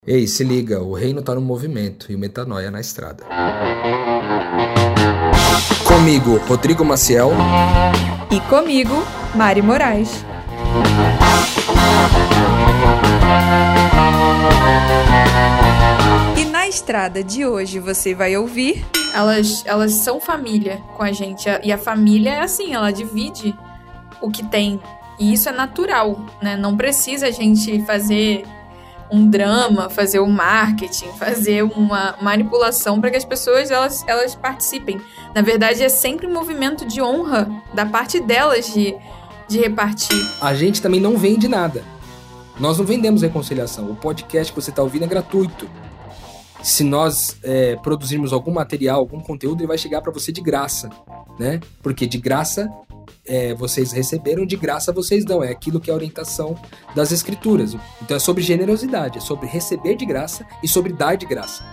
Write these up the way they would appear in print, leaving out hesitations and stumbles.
Ei, se liga, o reino tá no movimento e o Metanoia na estrada. Comigo, Rodrigo Maciel. E comigo, Mari Moraes. E na estrada de hoje você vai ouvir... Elas são família com a gente. E a família é assim, ela divide o que tem. E isso é natural, né? Não precisa a gente fazer um drama, fazer um marketing, fazer uma manipulação para que as pessoas elas participem. Na verdade, é sempre um movimento de honra da parte delas de repartir. A gente também não vende nada. Nós não vendemos reconciliação. O podcast que você está ouvindo é gratuito. Se nós produzirmos algum material, algum conteúdo, ele vai chegar para você de graça, né? Porque de graça vocês receberam, de graça vocês dão. É aquilo que é a orientação das escrituras. Então é sobre generosidade, é sobre receber de graça e sobre dar de graça.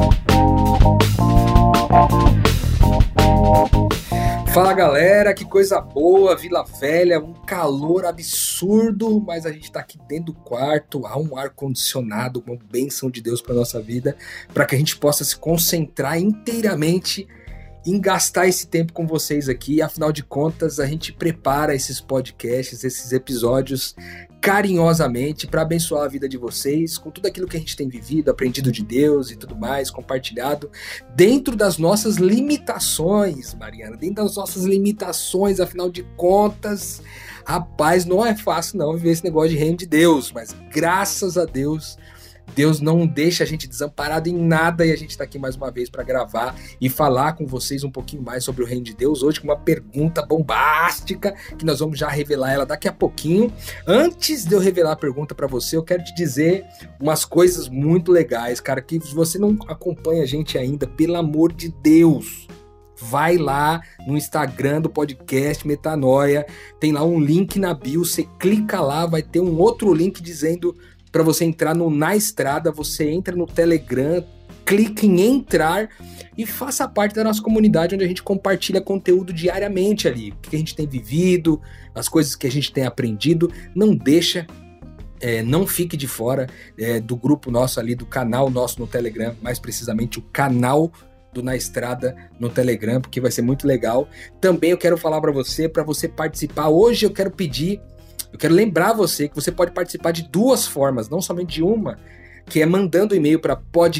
Fala galera, que coisa boa, Vila Velha, um calor absurdo, mas a gente tá aqui dentro do quarto, há um ar-condicionado, uma bênção de Deus pra nossa vida, para que a gente possa se concentrar inteiramente em gastar esse tempo com vocês aqui. Afinal de contas, a gente prepara esses podcasts, esses episódios carinhosamente para abençoar a vida de vocês, com tudo aquilo que a gente tem vivido, aprendido de Deus e tudo mais, compartilhado, dentro das nossas limitações, Mariana, dentro das nossas limitações, afinal de contas, rapaz, não é fácil não viver esse negócio de reino de Deus, mas graças a Deus, Deus não deixa a gente desamparado em nada e a gente está aqui mais uma vez para gravar e falar com vocês um pouquinho mais sobre o reino de Deus, hoje com uma pergunta bombástica, que nós vamos já revelar ela daqui a pouquinho. Antes de eu revelar a pergunta para você, eu quero te dizer umas coisas muito legais, cara, que se você não acompanha a gente ainda, pelo amor de Deus, vai lá no Instagram do podcast Metanoia, tem lá um link na bio, você clica lá, vai ter um outro link dizendo para você entrar no Na Estrada, você entra no Telegram, clique em entrar e faça parte da nossa comunidade, onde a gente compartilha conteúdo diariamente ali, o que a gente tem vivido, as coisas que a gente tem aprendido. Não deixa, não fique de fora do grupo nosso ali, do canal nosso no Telegram, mais precisamente o canal do Na Estrada no Telegram, porque vai ser muito legal. Também eu quero falar para você participar. Hoje eu quero lembrar você que você pode participar de duas formas, não somente de uma, que é mandando e-mail para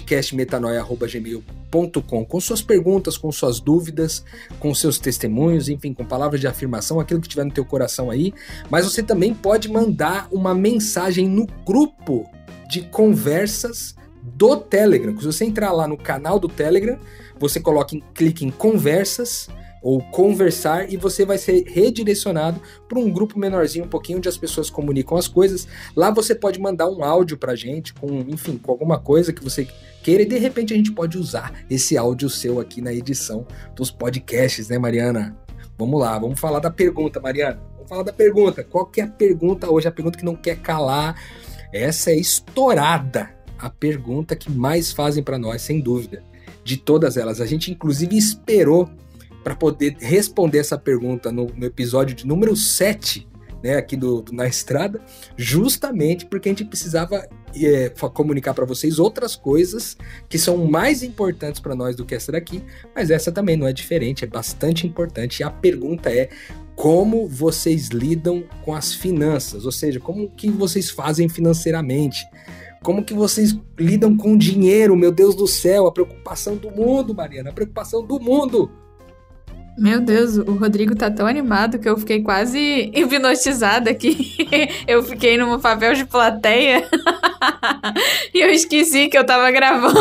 podcastmetanoia@gmail.com com suas perguntas, com suas dúvidas, com seus testemunhos, enfim, com palavras de afirmação, aquilo que tiver no teu coração aí. Mas você também pode mandar uma mensagem no grupo de conversas do Telegram. Se você entrar lá no canal do Telegram, você clica em conversas ou conversar e você vai ser redirecionado para um grupo menorzinho, um pouquinho, onde as pessoas comunicam as coisas. Lá você pode mandar um áudio pra gente, com alguma coisa que você queira, e de repente a gente pode usar esse áudio seu aqui na edição dos podcasts, né, Mariana? Vamos lá, vamos falar da pergunta, Mariana. Vamos falar da pergunta. Qual que é a pergunta hoje? A pergunta que não quer calar. Essa é estourada. A pergunta que mais fazem para nós, sem dúvida. De todas elas. A gente, inclusive, esperou para poder responder essa pergunta no episódio de número 7, né, aqui do Na Estrada, justamente porque a gente precisava comunicar para vocês outras coisas que são mais importantes para nós do que essa daqui, mas essa também não é diferente, é bastante importante. E a pergunta é: como vocês lidam com as finanças? Ou seja, como que vocês fazem financeiramente? Como que vocês lidam com o dinheiro? Meu Deus do céu, a preocupação do mundo, Mariana, a preocupação do mundo. Meu Deus, o Rodrigo tá tão animado que eu fiquei quase hipnotizada aqui. Eu fiquei num papel de plateia e eu esqueci que eu tava gravando.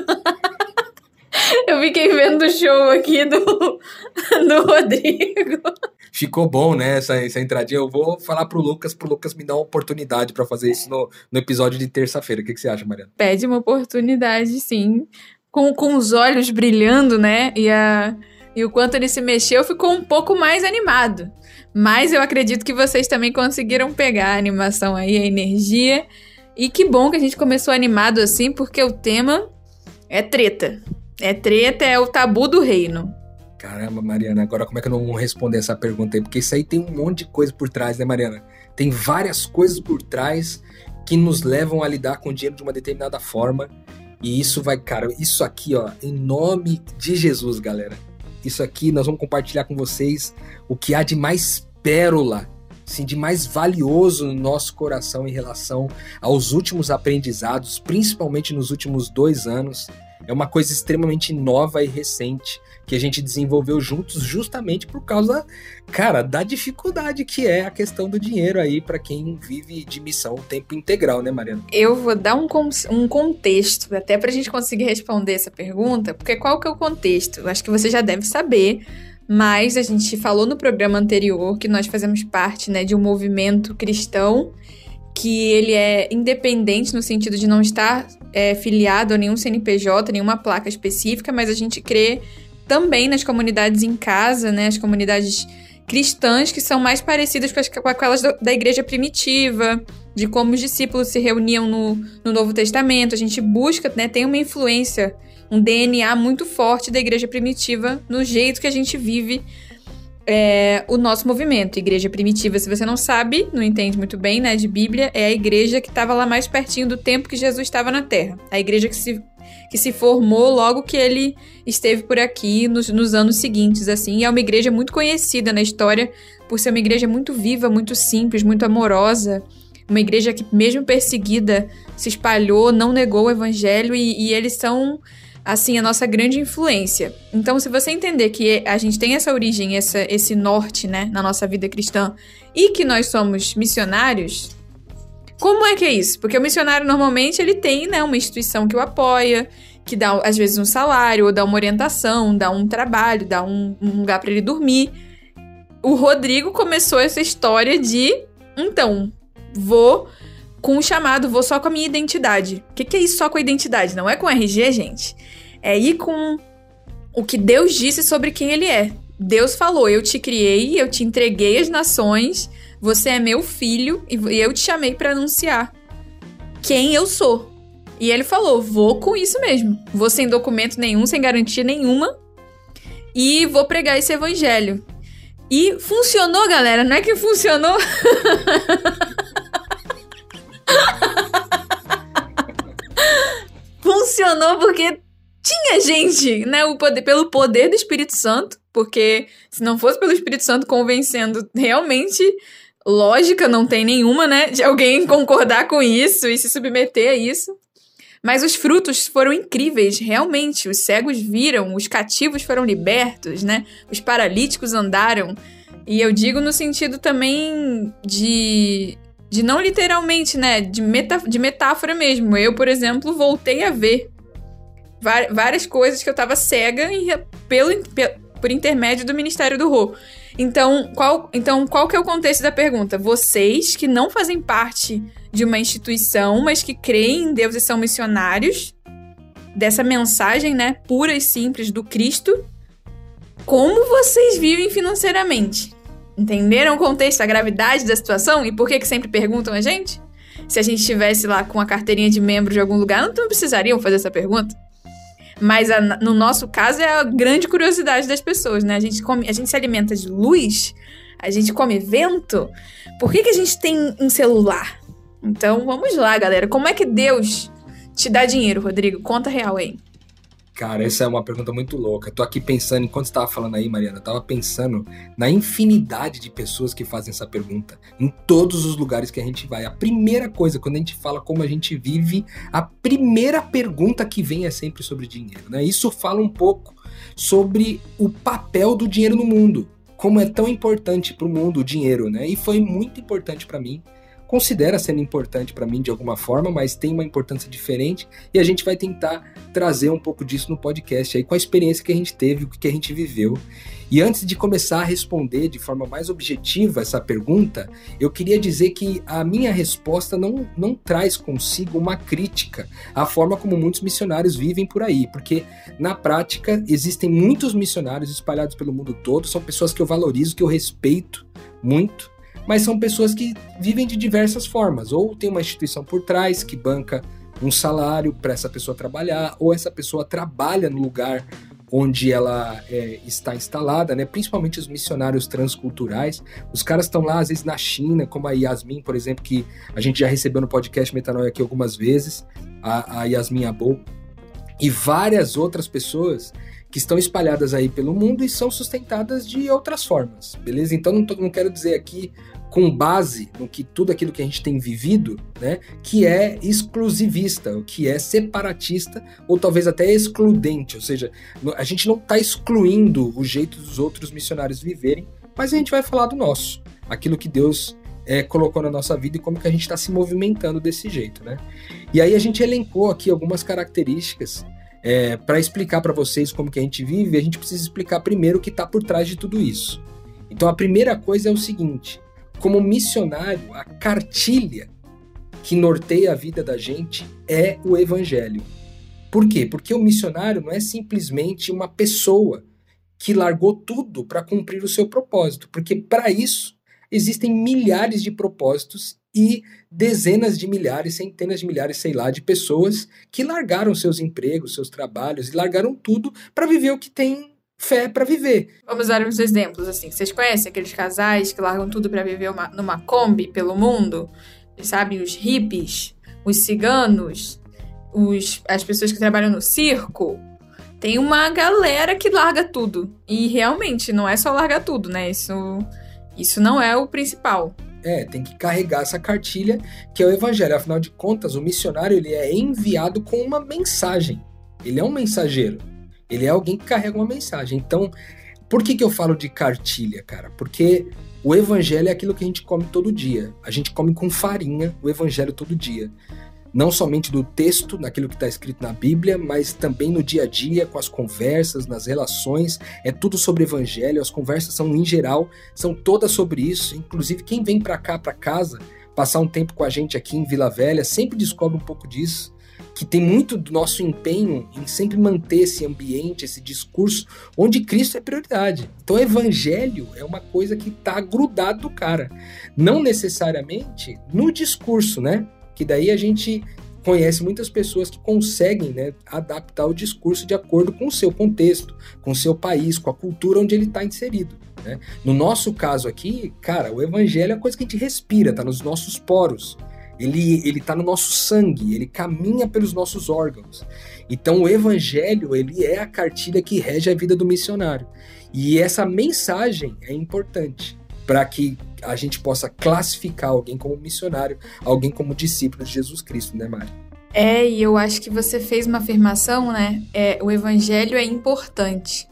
Eu fiquei vendo o show aqui do Rodrigo. Ficou bom, né, essa entradinha. Eu vou falar pro Lucas me dar uma oportunidade pra fazer isso no episódio de terça-feira. O que você acha, Mariana? Pede uma oportunidade, sim. Com os olhos brilhando, né, e o quanto ele se mexeu, ficou um pouco mais animado. Mas eu acredito que vocês também conseguiram pegar a animação aí, a energia. E que bom que a gente começou animado assim, porque o tema é treta. É treta, é o tabu do reino. Caramba, Mariana, agora como é que eu não vou responder essa pergunta aí? Porque isso aí tem um monte de coisa por trás, né, Mariana? Tem várias coisas por trás que nos levam a lidar com o dinheiro de uma determinada forma. E isso vai, cara, isso aqui, ó, em nome de Jesus, galera. Isso aqui nós vamos compartilhar com vocês o que há de mais pérola, assim, de mais valioso no nosso coração em relação aos últimos aprendizados, principalmente nos últimos 2 anos. É uma coisa extremamente nova e recente que a gente desenvolveu juntos justamente por causa, cara, da dificuldade que é a questão do dinheiro aí para quem vive de missão tempo integral, né, Mariana? Eu vou dar um contexto, até pra gente conseguir responder essa pergunta, porque qual que é o contexto? Eu acho que você já deve saber, mas a gente falou no programa anterior que nós fazemos parte, né, de um movimento cristão que ele é independente no sentido de não estar filiado a nenhum CNPJ, nenhuma placa específica, mas a gente crê também nas comunidades em casa, né, as comunidades cristãs que são mais parecidas com aquelas da igreja primitiva, de como os discípulos se reuniam no Novo Testamento. A gente busca, né, tem uma influência, um DNA muito forte da igreja primitiva no jeito que a gente vive o nosso movimento. Igreja primitiva, se você não sabe, não entende muito bem, né, de Bíblia, é a igreja que estava lá mais pertinho do tempo que Jesus estava na Terra. A igreja que se formou logo que ele esteve por aqui nos anos seguintes, assim. E é uma igreja muito conhecida na história por ser uma igreja muito viva, muito simples, muito amorosa. Uma igreja que, mesmo perseguida, se espalhou, não negou o evangelho e eles são, assim, a nossa grande influência. Então, se você entender que a gente tem essa origem, esse norte, né, na nossa vida cristã, e que nós somos missionários, como é que é isso? Porque o missionário, normalmente, ele tem, né, uma instituição que o apoia, que dá, às vezes, um salário, ou dá uma orientação, dá um trabalho, dá um lugar para ele dormir. O Rodrigo começou essa história de, então, vou com o chamado, vou só com a minha identidade. O que é isso só com a identidade? Não é com RG, gente. É ir com o que Deus disse sobre quem ele é. Deus falou, eu te criei, eu te entreguei às nações, você é meu filho e eu te chamei para anunciar quem eu sou. E ele falou, vou com isso mesmo. Vou sem documento nenhum, sem garantia nenhuma e vou pregar esse evangelho. E funcionou, galera. Não é que funcionou? Funcionou porque tinha gente, né, pelo poder do Espírito Santo, porque se não fosse pelo Espírito Santo convencendo, realmente lógica não tem nenhuma, né, de alguém concordar com isso e se submeter a isso. Mas os frutos foram incríveis, realmente. Os cegos viram, os cativos foram libertos, né, os paralíticos andaram. E eu digo no sentido também de não literalmente, né, de metáfora mesmo. Eu, por exemplo, voltei a ver várias coisas que eu tava cega por intermédio do Ministério do Rô. Então, qual que é o contexto da pergunta? Vocês que não fazem parte de uma instituição, mas que creem em Deus e são missionários dessa mensagem, né, pura e simples do Cristo, como vocês vivem financeiramente? Entenderam o contexto, a gravidade da situação? E por que sempre perguntam a gente? Se a gente estivesse lá com a carteirinha de membro de algum lugar, não precisariam fazer essa pergunta. Mas no nosso caso é a grande curiosidade das pessoas, né? A gente se alimenta de luz, a gente come vento. Por que a gente tem um celular? Então vamos lá, galera. Como é que Deus te dá dinheiro, Rodrigo? Conta real aí. Cara, essa é uma pergunta muito louca. Tô aqui pensando, enquanto você tava falando aí, Mariana, eu tava pensando na infinidade de pessoas que fazem essa pergunta em todos os lugares que a gente vai. A primeira coisa, quando a gente fala como a gente vive, a primeira pergunta que vem é sempre sobre dinheiro, né? Isso fala um pouco sobre o papel do dinheiro no mundo, como é tão importante pro mundo o dinheiro, né? E foi muito importante pra mim. Considera sendo importante para mim de alguma forma, mas tem uma importância diferente e a gente vai tentar trazer um pouco disso no podcast aí com a experiência que a gente teve, o que a gente viveu. E antes de começar a responder de forma mais objetiva essa pergunta, eu queria dizer que a minha resposta não traz consigo uma crítica à forma como muitos missionários vivem por aí, porque na prática existem muitos missionários espalhados pelo mundo todo, são pessoas que eu valorizo, que eu respeito muito, mas são pessoas que vivem de diversas formas, ou tem uma instituição por trás que banca um salário para essa pessoa trabalhar, ou essa pessoa trabalha no lugar onde ela está instalada, né? Principalmente os missionários transculturais. Os caras estão lá, às vezes, na China, como a Yasmin, por exemplo, que a gente já recebeu no podcast Metanoia aqui algumas vezes, a Yasmin Abou, e várias outras pessoas que estão espalhadas aí pelo mundo e são sustentadas de outras formas, beleza? Então não quero dizer aqui com base no que tudo aquilo que a gente tem vivido, né, que é exclusivista, que é separatista ou talvez até excludente, ou seja, a gente não está excluindo o jeito dos outros missionários viverem, mas a gente vai falar do nosso, aquilo que Deus colocou na nossa vida e como que a gente está se movimentando desse jeito, né? E aí a gente elencou aqui algumas características para explicar para vocês como que a gente vive. A gente precisa explicar primeiro o que está por trás de tudo isso. Então a primeira coisa é o seguinte: como missionário, a cartilha que norteia a vida da gente é o evangelho. Por quê? Porque o missionário não é simplesmente uma pessoa que largou tudo para cumprir o seu propósito, porque para isso existem milhares de propósitos e dezenas de milhares, centenas de milhares, sei lá, de pessoas que largaram seus empregos, seus trabalhos e largaram tudo para viver o que tem fé para viver. Vamos dar uns exemplos, assim. Vocês conhecem aqueles casais que largam tudo para viver numa Kombi pelo mundo? Sabe, os hippies, os ciganos, as pessoas que trabalham no circo. Tem uma galera que larga tudo. E realmente, não é só largar tudo, né? Isso não é o principal. Tem que carregar essa cartilha que é o evangelho. Afinal de contas, o missionário ele é enviado com uma mensagem. Ele é um mensageiro. Ele é alguém que carrega uma mensagem. Então, por que eu falo de cartilha, cara? Porque o evangelho é aquilo que a gente come todo dia. A gente come com farinha o evangelho todo dia. Não somente do texto, naquilo que está escrito na Bíblia, mas também no dia a dia, com as conversas, nas relações. É tudo sobre evangelho. As conversas são, em geral, são todas sobre isso. Inclusive, quem vem para cá, para casa, passar um tempo com a gente aqui em Vila Velha, sempre descobre um pouco disso. Que tem muito do nosso empenho em sempre manter esse ambiente, esse discurso, onde Cristo é prioridade. Então, o evangelho é uma coisa que está grudado do cara. Não necessariamente no discurso, né? Que daí a gente conhece muitas pessoas que conseguem, né, adaptar o discurso de acordo com o seu contexto, com o seu país, com a cultura onde ele está inserido, né? No nosso caso aqui, cara, o evangelho é a coisa que a gente respira, está nos nossos poros. Ele está no nosso sangue, ele caminha pelos nossos órgãos. Então o evangelho, ele é a cartilha que rege a vida do missionário. E essa mensagem é importante para que a gente possa classificar alguém como missionário, alguém como discípulo de Jesus Cristo, né, Mari? E eu acho que você fez uma afirmação, né? O evangelho é importante.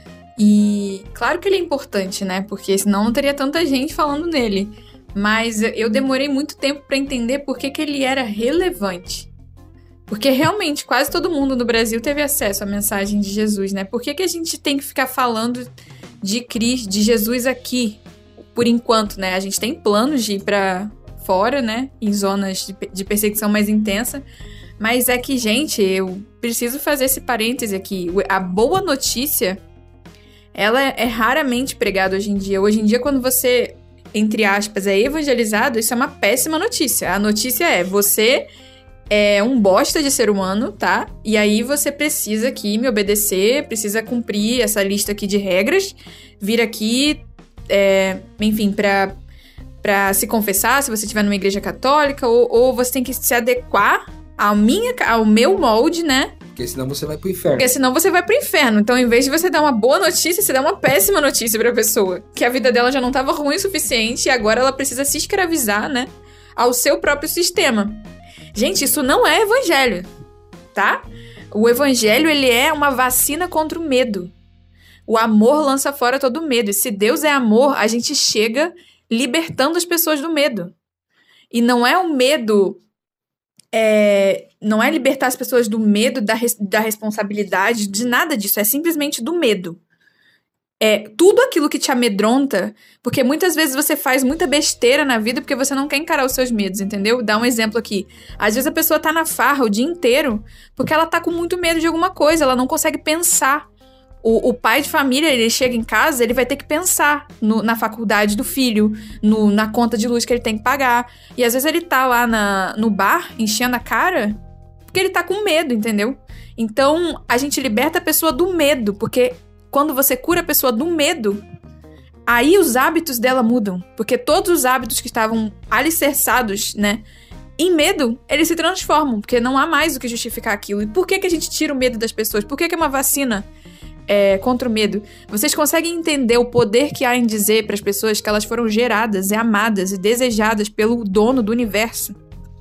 E claro que ele é importante, né? Porque senão não teria tanta gente falando nele. Mas eu demorei muito tempo para entender por que ele era relevante. Porque realmente quase todo mundo no Brasil teve acesso à mensagem de Jesus, né? Por que a gente tem que ficar falando de Cristo, de Jesus aqui, por enquanto, né? A gente tem planos de ir para fora, né? Em zonas de perseguição mais intensa. Mas é que, gente, eu preciso fazer esse parêntese aqui. A boa notícia, ela é raramente pregada hoje em dia. Hoje em dia, quando você, entre aspas, é evangelizado, isso é uma péssima notícia. A notícia é, você é um bosta de ser humano, tá? E aí você precisa aqui me obedecer, precisa cumprir essa lista aqui de regras, vir aqui, enfim, pra se confessar, se você estiver numa igreja católica, ou você tem que se adequar ao meu molde, né? Porque senão você vai pro inferno. Porque senão você vai pro inferno. Então, em vez de você dar uma boa notícia, você dá uma péssima notícia pra pessoa. Que a vida dela já não tava ruim o suficiente e agora ela precisa se escravizar, né? Ao seu próprio sistema. Gente, isso não é evangelho, tá? O evangelho, ele é uma vacina contra o medo. O amor lança fora todo medo. E se Deus é amor, a gente chega libertando as pessoas do medo. E não é o medo... não é libertar as pessoas do medo, da responsabilidade, de nada disso. É simplesmente do medo. Tudo aquilo que te amedronta, porque muitas vezes você faz muita besteira na vida porque você não quer encarar os seus medos, entendeu? Dá um exemplo aqui. Às vezes a pessoa tá na farra o dia inteiro porque ela tá com muito medo de alguma coisa, ela não consegue pensar. O pai de família, ele chega em casa, ele vai ter que pensar na faculdade do filho, na conta de luz que ele tem que pagar. E às vezes ele tá lá no bar, enchendo a cara, porque ele tá com medo, entendeu? Então, a gente liberta a pessoa do medo, porque quando você cura a pessoa do medo, aí os hábitos dela mudam. Porque todos os hábitos que estavam alicerçados, né, em medo, eles se transformam, porque não há mais o que justificar aquilo. E por que a gente tira o medo das pessoas? Por que uma vacina contra o medo? Vocês conseguem entender o poder que há em dizer para as pessoas que elas foram geradas e amadas e desejadas pelo dono do universo?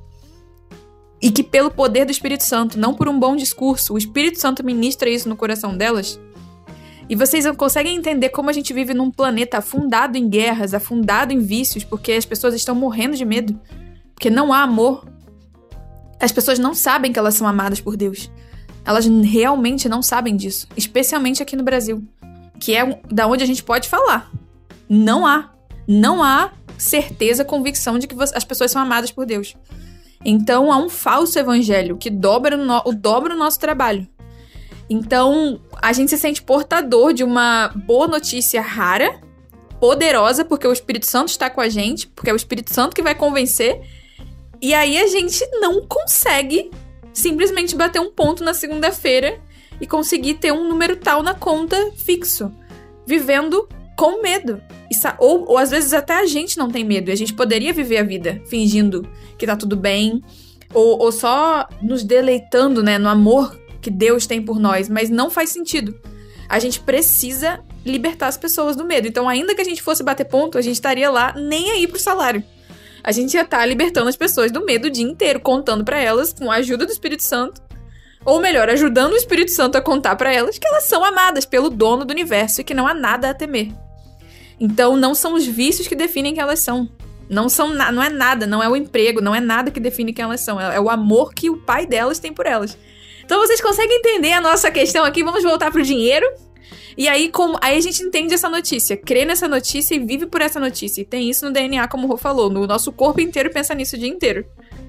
E que pelo poder do Espírito Santo, não por um bom discurso, o Espírito Santo ministra isso no coração delas? E vocês conseguem entender como a gente vive num planeta afundado em guerras, afundado em vícios, porque as pessoas estão morrendo de medo? Porque não há amor. As pessoas não sabem que elas são amadas por Deus. Elas realmente não sabem disso. Especialmente aqui no Brasil. Que é da onde a gente pode falar. Não há certeza, convicção de que as pessoas são amadas por Deus. Então há um falso evangelho que dobra o nosso trabalho. Então a gente se sente portador de uma boa notícia rara, poderosa, porque o Espírito Santo está com a gente, porque é o Espírito Santo que vai convencer. E aí a gente não consegue simplesmente bater um ponto na segunda-feira e conseguir ter um número tal na conta fixo, vivendo com medo. Ou às vezes até a gente não tem medo, e a gente poderia viver a vida fingindo que tá tudo bem, ou só nos deleitando, né, no amor que Deus tem por nós, mas não faz sentido. A gente precisa libertar as pessoas do medo. Então, ainda que a gente fosse bater ponto, a gente estaria lá nem aí pro salário. A gente ia estar libertando as pessoas do medo o dia inteiro, contando pra elas, com a ajuda do Espírito Santo, ou melhor, ajudando o Espírito Santo a contar pra elas que elas são amadas pelo dono do universo e que não há nada a temer. Então, não são os vícios que definem quem elas são. Não é nada, não é o emprego, não é nada que define quem elas são. É o amor que o pai delas tem por elas. Então, vocês conseguem entender a nossa questão aqui? Vamos voltar pro dinheiro. E aí a gente entende essa notícia, crê nessa notícia e vive por essa notícia. E tem isso no DNA, como o Rô falou. No nosso corpo inteiro pensa nisso o dia inteiro.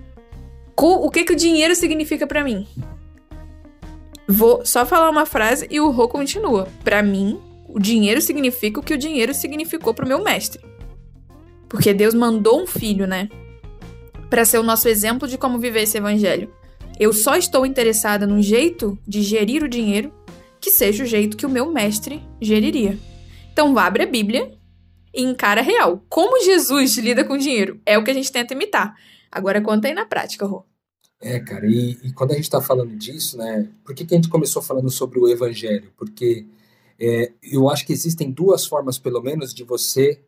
O que o dinheiro significa pra mim? Vou só falar uma frase e o Rô continua. Pra mim, o dinheiro significa o que o dinheiro significou pro meu mestre. Porque Deus mandou um filho, né? Pra ser o nosso exemplo de como viver esse evangelho. Eu só estou interessada num jeito de gerir o dinheiro que seja o jeito que o meu mestre geriria. Então, abre a Bíblia e encara real. Como Jesus lida com dinheiro? É o que a gente tenta imitar. Agora, conta aí na prática, Rô. Cara, e quando a gente está falando disso, né? Por que a gente começou falando sobre o evangelho? Porque eu acho que existem duas formas, pelo menos, de você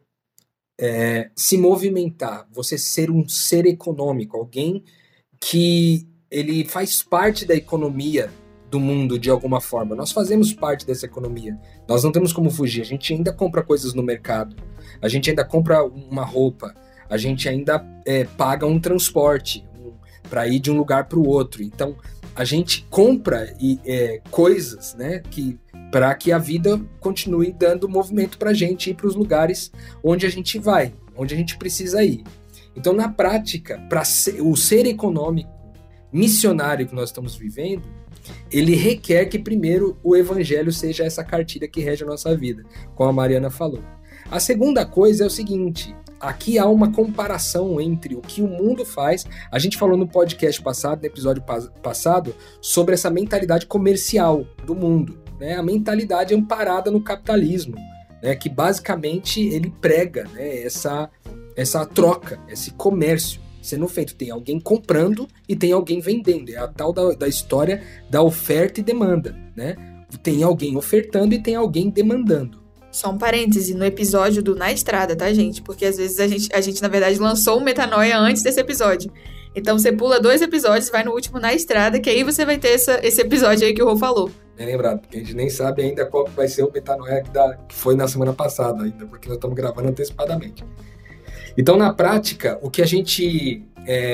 se movimentar. Você ser um ser econômico, alguém que ele faz parte da economia do mundo de alguma forma. Nós fazemos parte dessa economia. Nós não temos como fugir. A gente ainda compra coisas no mercado. A gente ainda compra uma roupa. A gente ainda paga um transporte para ir de um lugar para o outro. Então, a gente compra coisas, né, para que a vida continue dando movimento para a gente ir para os lugares onde a gente vai, onde a gente precisa ir. Então, na prática, o ser econômico missionário que nós estamos vivendo, ele requer que primeiro o evangelho seja essa cartilha que rege a nossa vida, como a Mariana falou. A segunda coisa é o seguinte, aqui há uma comparação entre o que o mundo faz. A gente falou no podcast passado, no episódio passado, sobre essa mentalidade comercial do mundo, né? A mentalidade amparada no capitalismo, né? Que basicamente ele prega, né? essa troca, esse comércio sendo feito. Tem alguém comprando e tem alguém vendendo. É a tal da história da oferta e demanda, né? Tem alguém ofertando e tem alguém demandando. Só um parêntese, no episódio do Na Estrada, tá, gente? Porque às vezes a gente na verdade, lançou o Metanoia antes desse episódio. Então você pula 2 episódios, vai no último Na Estrada, que aí você vai ter esse episódio aí que o Rô falou. É lembrado, porque a gente nem sabe ainda qual vai ser o Metanoia que foi na semana passada ainda, porque nós estamos gravando antecipadamente. Então, na prática, o que a gente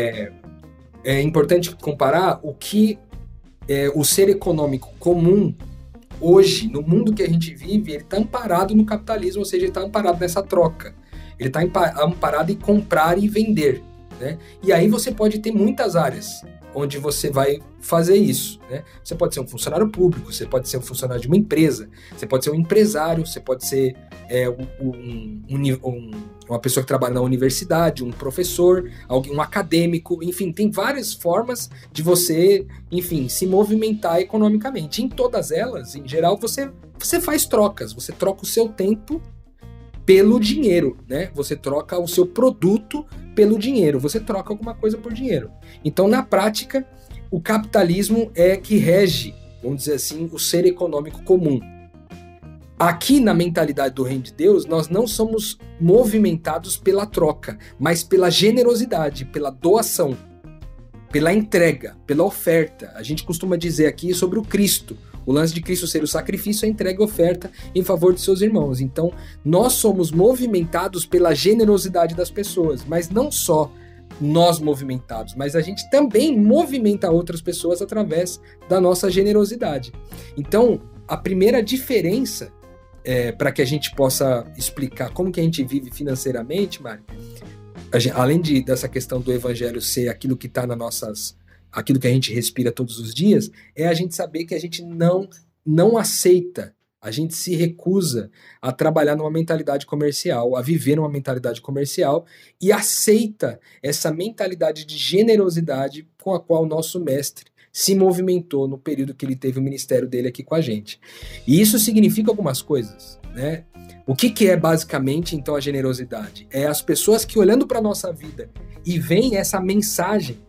é importante comparar o que o ser econômico comum hoje, no mundo que a gente vive, ele está amparado no capitalismo, ou seja, ele está amparado nessa troca. Ele está amparado em comprar e vender, né? E aí você pode ter muitas áreas onde você vai fazer isso, né? Você pode ser um funcionário público, você pode ser um funcionário de uma empresa, você pode ser um empresário, você pode ser uma pessoa que trabalha na universidade, um professor, um acadêmico, enfim, tem várias formas de você, enfim, se movimentar economicamente. Em todas elas, em geral, você faz trocas, você troca o seu tempo pelo dinheiro, né? Você troca o seu produto pelo dinheiro, você troca alguma coisa por dinheiro. Então, na prática, o capitalismo é que rege, vamos dizer assim, o ser econômico comum. Aqui na mentalidade do Reino de Deus, nós não somos movimentados pela troca, mas pela generosidade, pela doação, pela entrega, pela oferta. A gente costuma dizer aqui sobre o Cristo. O lance de Cristo ser o sacrifício, a entrega e a oferta em favor de seus irmãos. Então, nós somos movimentados pela generosidade das pessoas, mas não só nós movimentados, mas a gente também movimenta outras pessoas através da nossa generosidade. Então, a primeira diferença, para que a gente possa explicar como que a gente vive financeiramente, Mari, além dessa questão do evangelho ser aquilo que está aquilo que a gente respira todos os dias, é a gente saber que a gente não aceita, a gente se recusa a trabalhar numa mentalidade comercial, a viver numa mentalidade comercial e aceita essa mentalidade de generosidade com a qual o nosso mestre se movimentou no período que ele teve o ministério dele aqui com a gente. E isso significa algumas coisas, né? O que é basicamente, então, a generosidade? É as pessoas que, olhando para a nossa vida e veem essa mensagem,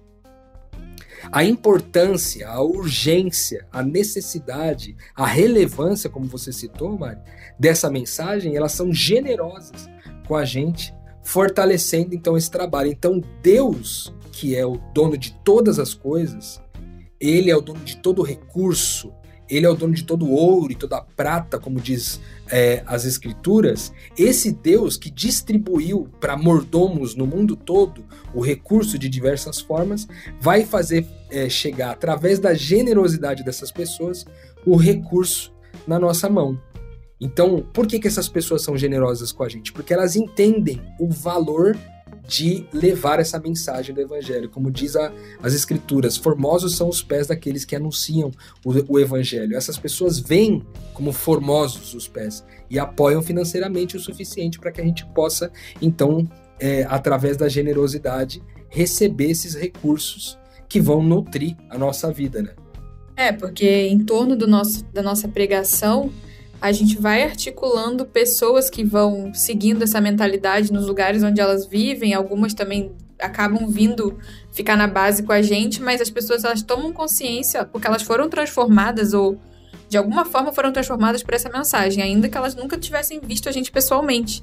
a importância, a urgência, a necessidade, a relevância, como você citou, Mari, dessa mensagem, elas são generosas com a gente, fortalecendo, então, esse trabalho. Então, Deus, que é o dono de todas as coisas, Ele é o dono de todo o recurso, Ele é o dono de todo o ouro e toda a prata, como diz as Escrituras. Esse Deus que distribuiu para mordomos no mundo todo o recurso de diversas formas, vai fazer chegar, através da generosidade dessas pessoas, o recurso na nossa mão. Então, por que essas pessoas são generosas com a gente? Porque elas entendem o valor de levar essa mensagem do Evangelho. Como diz as Escrituras, formosos são os pés daqueles que anunciam o Evangelho. Essas pessoas veem como formosos os pés e apoiam financeiramente o suficiente para que a gente possa, então, através da generosidade, receber esses recursos que vão nutrir a nossa vida, né? Porque em torno da nossa pregação, a gente vai articulando pessoas que vão seguindo essa mentalidade nos lugares onde elas vivem. Algumas também acabam vindo ficar na base com a gente, mas as pessoas, elas tomam consciência porque elas foram transformadas ou de alguma forma foram transformadas por essa mensagem, ainda que elas nunca tivessem visto a gente pessoalmente.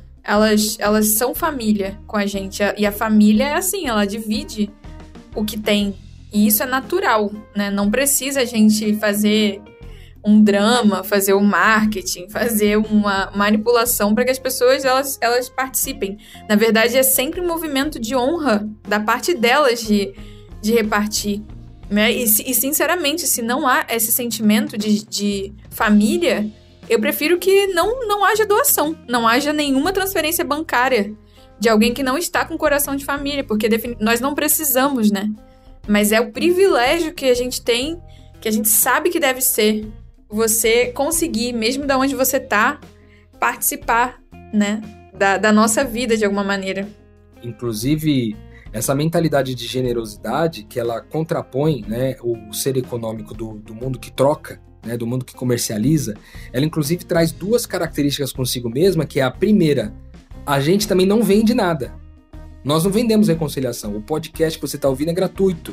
Elas são família com a gente, e a família é assim, ela divide o que tem, e isso é natural, né? Não precisa a gente fazer um drama, fazer um marketing, fazer uma manipulação para que as pessoas elas participem. Na verdade, é sempre um movimento de honra da parte delas de repartir, né? E sinceramente, se não há esse sentimento de família, eu prefiro que não haja doação, não haja nenhuma transferência bancária de alguém que não está com coração de família, porque nós não precisamos, né? Mas é o privilégio que a gente tem, que a gente sabe que deve ser, você conseguir, mesmo da onde você tá, participar, né, da nossa vida de alguma maneira. Inclusive, essa mentalidade de generosidade que ela contrapõe, né, o ser econômico do mundo que troca, né, do mundo que comercializa, ela inclusive traz duas características consigo mesma, que é a primeira, a gente também não vende nada. Nós não vendemos reconciliação. O podcast que você está ouvindo é gratuito.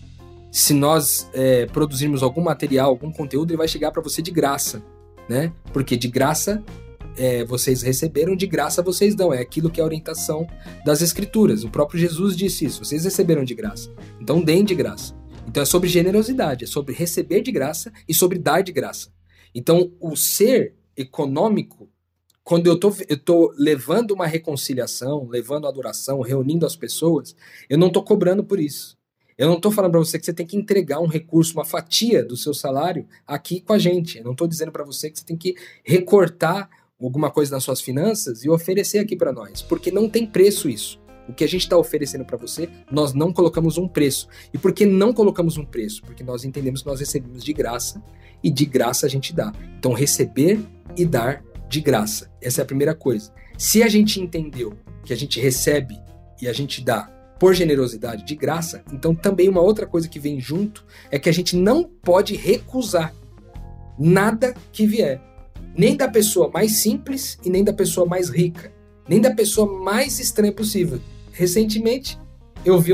Se nós produzirmos algum material, algum conteúdo, ele vai chegar para você de graça, né? Porque de graça vocês receberam, de graça vocês dão. É aquilo que é a orientação das Escrituras. O próprio Jesus disse isso. Vocês receberam de graça. Então deem de graça. Então é sobre generosidade, é sobre receber de graça e sobre dar de graça. Então o ser econômico, quando eu tô levando uma reconciliação, levando adoração, reunindo as pessoas, eu não tô cobrando por isso. Eu não estou falando para você que você tem que entregar um recurso, uma fatia do seu salário aqui com a gente. Eu não estou dizendo para você que você tem que recortar alguma coisa nas suas finanças e oferecer aqui para nós, porque não tem preço isso. O que a gente está oferecendo para você, nós não colocamos um preço. E por que não colocamos um preço? Porque nós entendemos que nós recebemos de graça e de graça a gente dá. Então, receber e dar de graça. Essa é a primeira coisa. Se a gente entendeu que a gente recebe e a gente dá por generosidade de graça, então também uma outra coisa que vem junto é que a gente não pode recusar nada que vier. Nem da pessoa mais simples e nem da pessoa mais rica. Nem da pessoa mais estranha possível. Recentemente, eu vi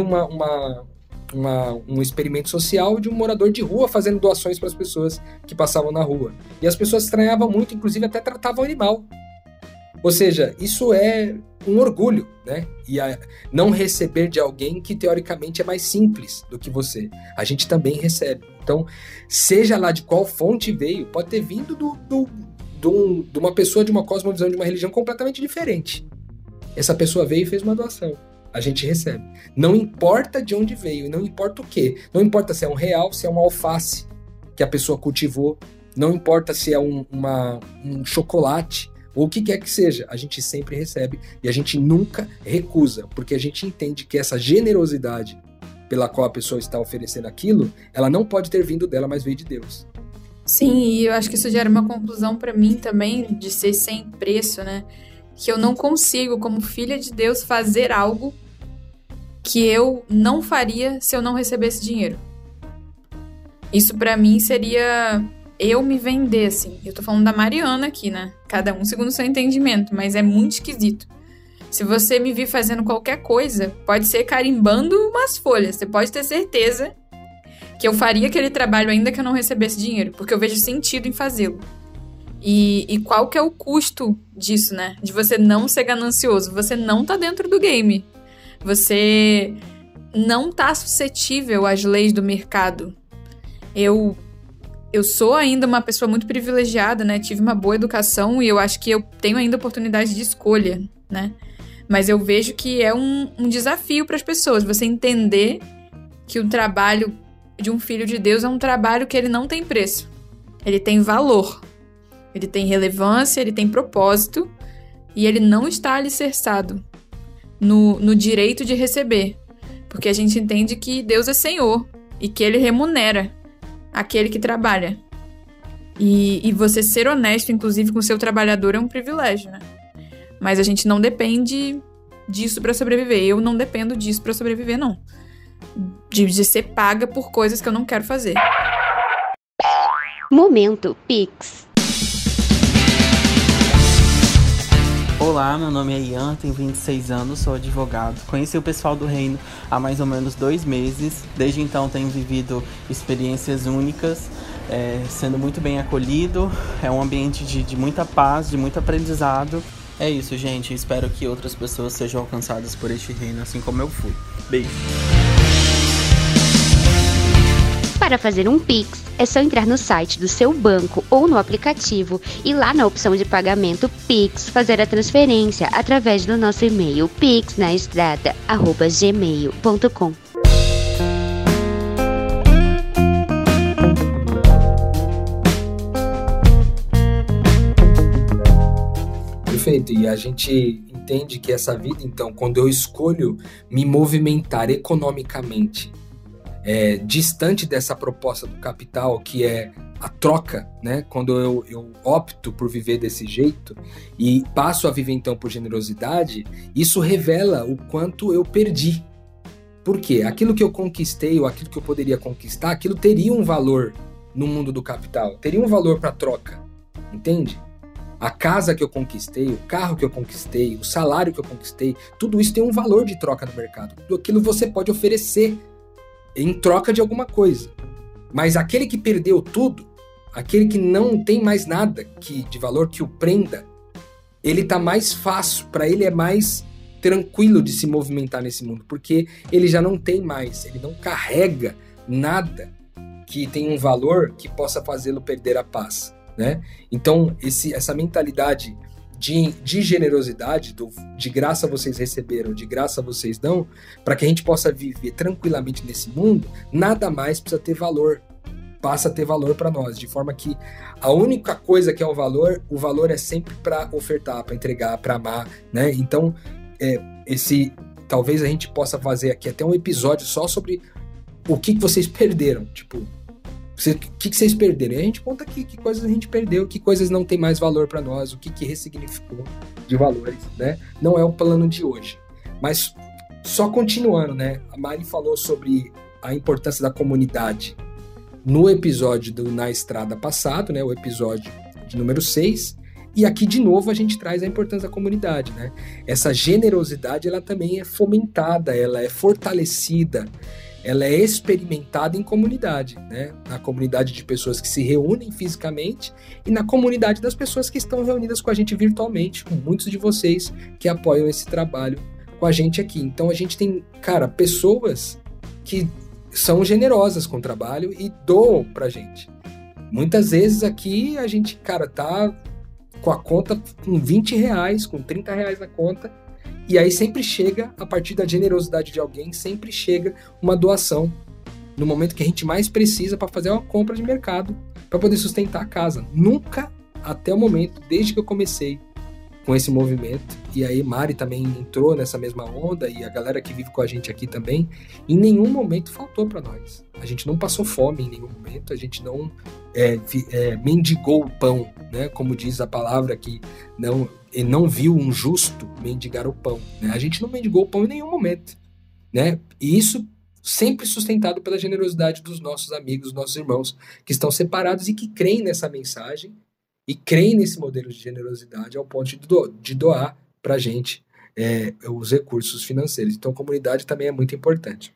um experimento social de um morador de rua fazendo doações para as pessoas que passavam na rua. E as pessoas estranhavam muito, inclusive até tratavam o animal. Ou seja, isso é um orgulho, né? E não receber de alguém que teoricamente é mais simples do que você. A gente também recebe. Então, seja lá de qual fonte veio, pode ter vindo de uma pessoa de uma cosmovisão, de uma religião completamente diferente. Essa pessoa veio e fez uma doação. A gente recebe. Não importa de onde veio, não importa o quê. Não importa se é um real, se é uma alface que a pessoa cultivou. Não importa se é um chocolate ou o que quer que seja. A gente sempre recebe e a gente nunca recusa, porque a gente entende que essa generosidade pela qual a pessoa está oferecendo aquilo, ela não pode ter vindo dela, mas veio de Deus. Sim, e eu acho que isso gera uma conclusão para mim também, de ser sem preço, né? Que eu não consigo, como filha de Deus, fazer algo que eu não faria se eu não recebesse dinheiro. Isso para mim seria eu me vender, assim. Eu tô falando da Mariana aqui, né? Cada um segundo o seu entendimento, mas é muito esquisito. Se você me vir fazendo qualquer coisa, pode ser carimbando umas folhas. Você pode ter certeza que eu faria aquele trabalho ainda que eu não recebesse dinheiro, porque eu vejo sentido em fazê-lo. E qual que é o custo disso, né? De você não ser ganancioso. Você não tá dentro do game. Você não tá suscetível às leis do mercado. Eu sou ainda uma pessoa muito privilegiada, né? Tive uma boa educação e eu acho que eu tenho ainda oportunidade de escolha, né? Mas eu vejo que é um desafio para as pessoas. Você entender que o trabalho de um filho de Deus é um trabalho que ele não tem preço. Ele tem valor. Ele tem relevância, ele tem propósito. E ele não está alicerçado no direito de receber. Porque a gente entende que Deus é Senhor e que Ele remunera aquele que trabalha. E você ser honesto, inclusive, com o seu trabalhador é um privilégio, né? Mas a gente não depende disso para sobreviver. Eu não dependo disso para sobreviver, não. De ser paga por coisas que eu não quero fazer. Momento Pix. Olá, meu nome é Ian, tenho 26 anos, sou advogado. Conheci o pessoal do Reino há mais ou menos 2 meses. Desde então tenho vivido experiências únicas, sendo muito bem acolhido. É um ambiente de muita paz, de muito aprendizado. É isso, gente. Espero que outras pessoas sejam alcançadas por este reino, assim como eu fui. Beijo. Para fazer um Pix, é só entrar no site do seu banco ou no aplicativo e lá na opção de pagamento Pix, fazer a transferência através do nosso e-mail pixnaestrada@gmail.com. Perfeito, e a gente entende que essa vida, então, quando eu escolho me movimentar economicamente, distante dessa proposta do capital, que é a troca, né? Quando eu opto por viver desse jeito e passo a viver então por generosidade, isso revela o quanto eu perdi. Por quê? Aquilo que eu conquistei ou aquilo que eu poderia conquistar, aquilo teria um valor no mundo do capital, teria um valor para troca, entende? A casa que eu conquistei, o carro que eu conquistei, o salário que eu conquistei, tudo isso tem um valor de troca no mercado. Tudo aquilo você pode oferecer em troca de alguma coisa. Mas aquele que perdeu tudo, aquele que não tem mais nada de valor que o prenda, ele tá mais fácil, para ele é mais tranquilo de se movimentar nesse mundo, porque ele já não tem mais, ele não carrega nada que tenha um valor que possa fazê-lo perder a paz, né? Então, essa mentalidade de generosidade, de graça vocês receberam, de graça vocês dão, para que a gente possa viver tranquilamente nesse mundo, nada mais precisa ter valor, passa a ter valor para nós, de forma que a única coisa que é o valor é sempre para ofertar, para entregar, para amar, né? Então, talvez a gente possa fazer aqui até um episódio só sobre o que vocês perderam, tipo, o que vocês perderam? E a gente conta aqui que coisas a gente perdeu, que coisas não tem mais valor para nós, o que ressignificou de valores, né? Não é o plano de hoje. Mas só continuando, né? A Mari falou sobre a importância da comunidade no episódio do Na Estrada passado, né? O episódio de número 6. E aqui, de novo, a gente traz a importância da comunidade, né? Essa generosidade, ela também é fomentada, ela é fortalecida, ela é experimentada em comunidade, né? Na comunidade de pessoas que se reúnem fisicamente e na comunidade das pessoas que estão reunidas com a gente virtualmente, com muitos de vocês que apoiam esse trabalho com a gente aqui. Então a gente tem, cara, pessoas que são generosas com o trabalho e doam pra gente. Muitas vezes aqui a gente, cara, tá com a conta com R$20, com R$30 na conta, e aí sempre chega, a partir da generosidade de alguém, sempre chega uma doação no momento que a gente mais precisa para fazer uma compra de mercado, para poder sustentar a casa. Nunca, até o momento, desde que eu comecei com esse movimento, e aí Mari também entrou nessa mesma onda, e a galera que vive com a gente aqui também, em nenhum momento faltou para nós. A gente não passou fome em nenhum momento, a gente não mendigou o pão, né? Como diz a palavra aqui, não viu um justo mendigar o pão, né? A gente não mendigou o pão em nenhum momento, né? E isso sempre sustentado pela generosidade dos nossos amigos, nossos irmãos, que estão separados e que creem nessa mensagem e creem nesse modelo de generosidade ao ponto de doar para a gente os recursos financeiros. Então, a comunidade também é muito importante.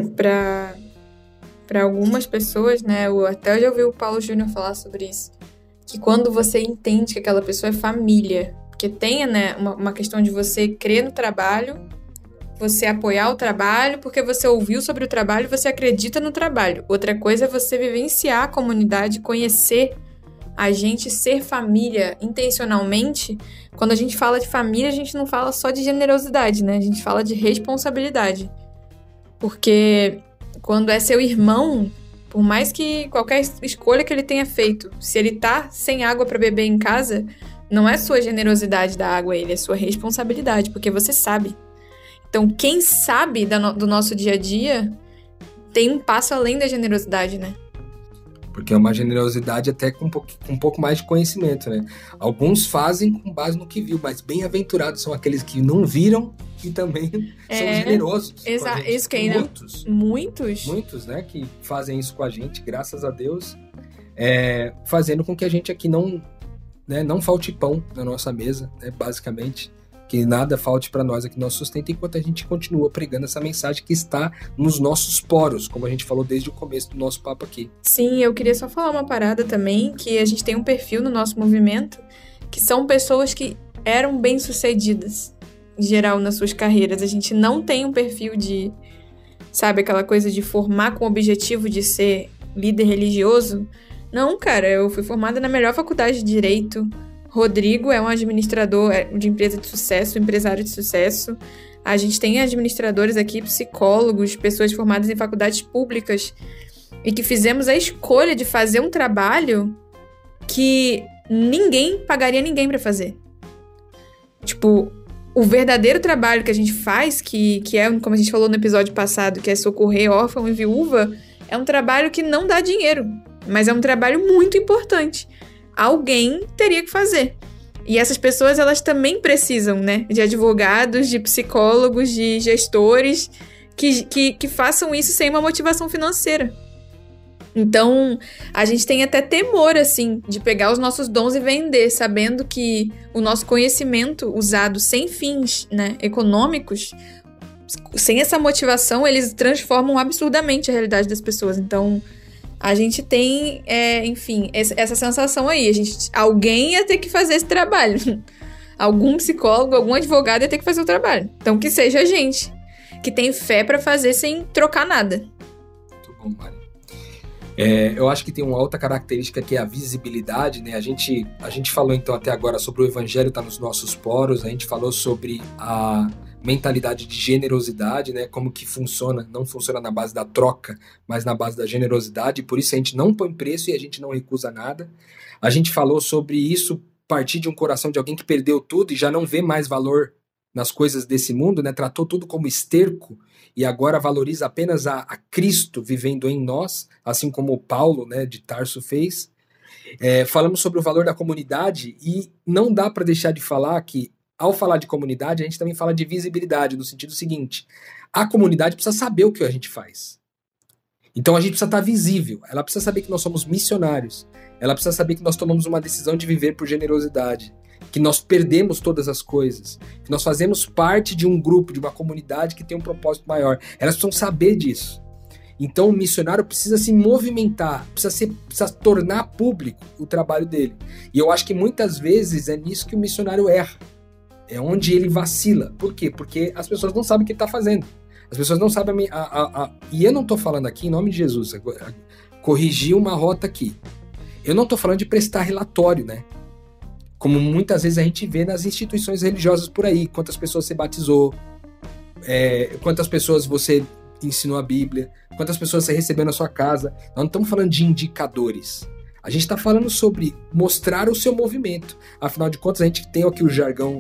Para algumas pessoas, né, eu até já ouvi o Paulo Júnior falar sobre isso, que quando você entende que aquela pessoa é família, porque tem, né, uma questão de você crer no trabalho, você apoiar o trabalho, porque você ouviu sobre o trabalho, você acredita no trabalho. Outra coisa é você vivenciar a comunidade, conhecer a gente, ser família intencionalmente. Quando a gente fala de família, a gente não fala só de generosidade, né? A gente fala de responsabilidade. Porque quando é seu irmão, por mais que qualquer escolha que ele tenha feito, se ele tá sem água para beber em casa, não é sua generosidade da água a ele, é sua responsabilidade, porque você sabe. Então, quem sabe do nosso dia a dia tem um passo além da generosidade, né? Porque é uma generosidade até com um pouco mais de conhecimento, né? Alguns fazem com base no que viu, mas bem-aventurados são aqueles que não viram e também são generosos. Exato, isso que ainda... Muitos, né? Que fazem isso com a gente, graças a Deus, fazendo com que a gente aqui não falte pão na nossa mesa, né? Basicamente. Que nada falte para nós aqui no nosso sustento, enquanto a gente continua pregando essa mensagem que está nos nossos poros, como a gente falou desde o começo do nosso papo aqui. Sim, eu queria só falar uma parada também, que a gente tem um perfil no nosso movimento, que são pessoas que eram bem-sucedidas, em geral, nas suas carreiras. A gente não tem um perfil de, sabe, aquela coisa de formar com o objetivo de ser líder religioso. Não, cara, eu fui formada na melhor faculdade de Direito. Rodrigo é um administrador de empresa de sucesso, empresário de sucesso. A gente tem administradores aqui, psicólogos, pessoas formadas em faculdades públicas e que fizemos a escolha de fazer um trabalho que ninguém pagaria ninguém pra fazer. Tipo, o verdadeiro trabalho que a gente faz, que é, como a gente falou no episódio passado, que é socorrer órfão e viúva, é um trabalho que não dá dinheiro, mas é um trabalho muito importante. Alguém teria que fazer. E essas pessoas, elas também precisam, né, de advogados, de psicólogos, de gestores que façam isso sem uma motivação financeira. Então, a gente tem até temor, assim, de pegar os nossos dons e vender, sabendo que o nosso conhecimento usado sem fins, né, econômicos, sem essa motivação, eles transformam absurdamente a realidade das pessoas. Então, a gente tem, enfim, essa sensação aí. Alguém ia ter que fazer esse trabalho. Algum psicólogo, algum advogado ia ter que fazer o trabalho. Então, que seja a gente, que tem fé pra fazer sem trocar nada. Muito bom, Mari. Eu acho que tem uma outra característica que é a visibilidade, né? A gente falou, então, até agora sobre o evangelho tá nos nossos poros. A gente falou sobre a mentalidade de generosidade, né? Como que funciona, não funciona na base da troca, mas na base da generosidade, por isso a gente não põe preço e a gente não recusa nada. A gente falou sobre isso partir de um coração de alguém que perdeu tudo e já não vê mais valor nas coisas desse mundo, né? Tratou tudo como esterco e agora valoriza apenas a Cristo vivendo em nós, assim como Paulo, né, de Tarso fez. Falamos sobre o valor da comunidade e não dá para deixar de falar que, ao falar de comunidade, a gente também fala de visibilidade, no sentido seguinte: a comunidade precisa saber o que a gente faz. Então a gente precisa estar visível, ela precisa saber que nós somos missionários, ela precisa saber que nós tomamos uma decisão de viver por generosidade, que nós perdemos todas as coisas, que nós fazemos parte de um grupo, de uma comunidade que tem um propósito maior. Elas precisam saber disso. Então o missionário precisa se movimentar, precisa tornar público o trabalho dele. E eu acho que muitas vezes é nisso que o missionário erra. É onde ele vacila. Por quê? Porque as pessoas não sabem o que ele está fazendo. As pessoas não sabem... E eu não estou falando aqui, em nome de Jesus, corrigir uma rota aqui. Eu não estou falando de prestar relatório, né? Como muitas vezes a gente vê nas instituições religiosas por aí. Quantas pessoas você batizou, quantas pessoas você ensinou a Bíblia, quantas pessoas você recebeu na sua casa. Nós não estamos falando de indicadores. A gente está falando sobre mostrar o seu movimento. Afinal de contas, a gente tem aqui o jargão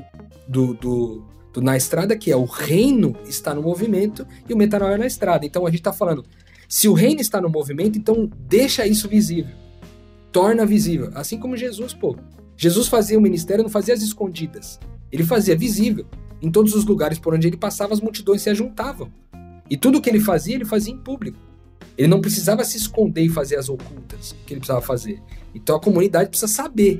do Na Estrada, que é o reino está no movimento e o metanoia na estrada. Então a gente está falando, se o reino está no movimento, então deixa isso visível. Torna visível. Assim como Jesus, Jesus fazia o ministério, não fazia as escondidas. Ele fazia visível. Em todos os lugares por onde ele passava, as multidões se ajuntavam. E tudo que ele fazia em público. Ele não precisava se esconder e fazer as ocultas que ele precisava fazer. Então a comunidade precisa saber,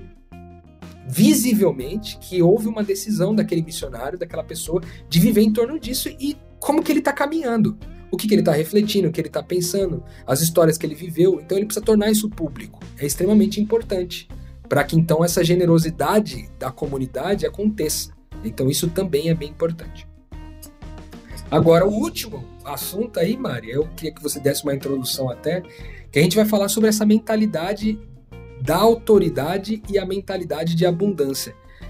visivelmente, que houve uma decisão daquele missionário, daquela pessoa, de viver em torno disso e como que ele está caminhando. O que ele está refletindo, o que ele está pensando, as histórias que ele viveu. Então ele precisa tornar isso público. É extremamente importante para que então essa generosidade da comunidade aconteça. Então isso também é bem importante. Agora, o último assunto aí, Mari, eu queria que você desse uma introdução até, que a gente vai falar sobre essa mentalidade da autoridade e a mentalidade de abundância.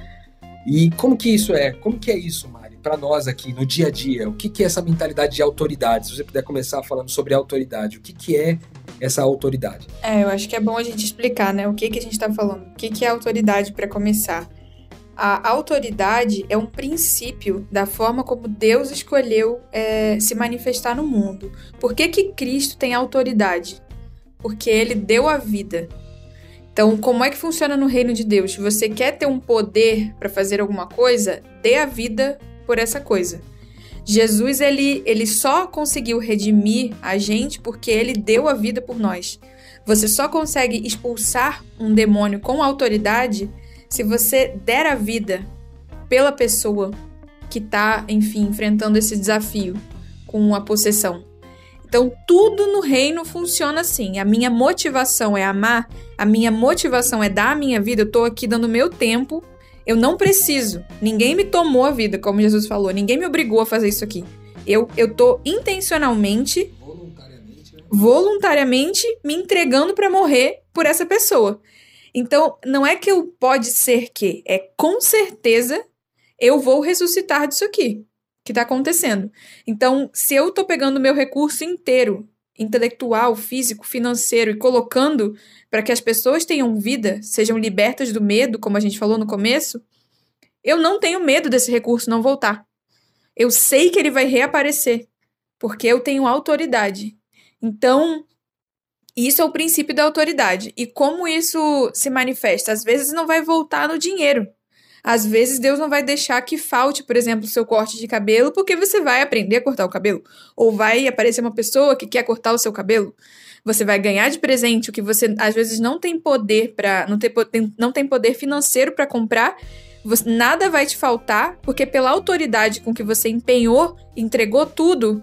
E como que isso é? Como que é isso, Mari, para nós aqui no dia a dia? O que é essa mentalidade de autoridade? Se você puder começar falando sobre a autoridade, o que é essa autoridade? Eu acho que é bom a gente explicar, né, o que a gente está falando. O que é autoridade para começar? A autoridade é um princípio da forma como Deus escolheu se manifestar no mundo. Por que Cristo tem autoridade? Porque Ele deu a vida. Então, como é que funciona no reino de Deus? Se você quer ter um poder para fazer alguma coisa, dê a vida por essa coisa. Jesus, ele só conseguiu redimir a gente porque Ele deu a vida por nós. Você só consegue expulsar um demônio com autoridade se você der a vida pela pessoa que está, enfim, enfrentando esse desafio com a possessão. Então, tudo no reino funciona assim. A minha motivação é amar, a minha motivação é dar a minha vida, eu estou aqui dando meu tempo, eu não preciso. Ninguém me tomou a vida, como Jesus falou, ninguém me obrigou a fazer isso aqui. Eu estou intencionalmente, voluntariamente me entregando para morrer por essa pessoa. Então, não é que eu pode ser que, é com certeza eu vou ressuscitar disso aqui que está acontecendo. Então, se eu estou pegando o meu recurso inteiro, intelectual, físico, financeiro, e colocando para que as pessoas tenham vida, sejam libertas do medo, como a gente falou no começo, eu não tenho medo desse recurso não voltar. Eu sei que ele vai reaparecer, porque eu tenho autoridade. Então, isso é o princípio da autoridade. E como isso se manifesta? Às vezes não vai voltar no dinheiro. Às vezes Deus não vai deixar que falte, por exemplo, o seu corte de cabelo, porque você vai aprender a cortar o cabelo. Ou vai aparecer uma pessoa que quer cortar o seu cabelo. Você vai ganhar de presente o que você, às vezes, não tem poder para, não tem poder financeiro para comprar. Nada vai te faltar, porque pela autoridade com que você empenhou, entregou tudo,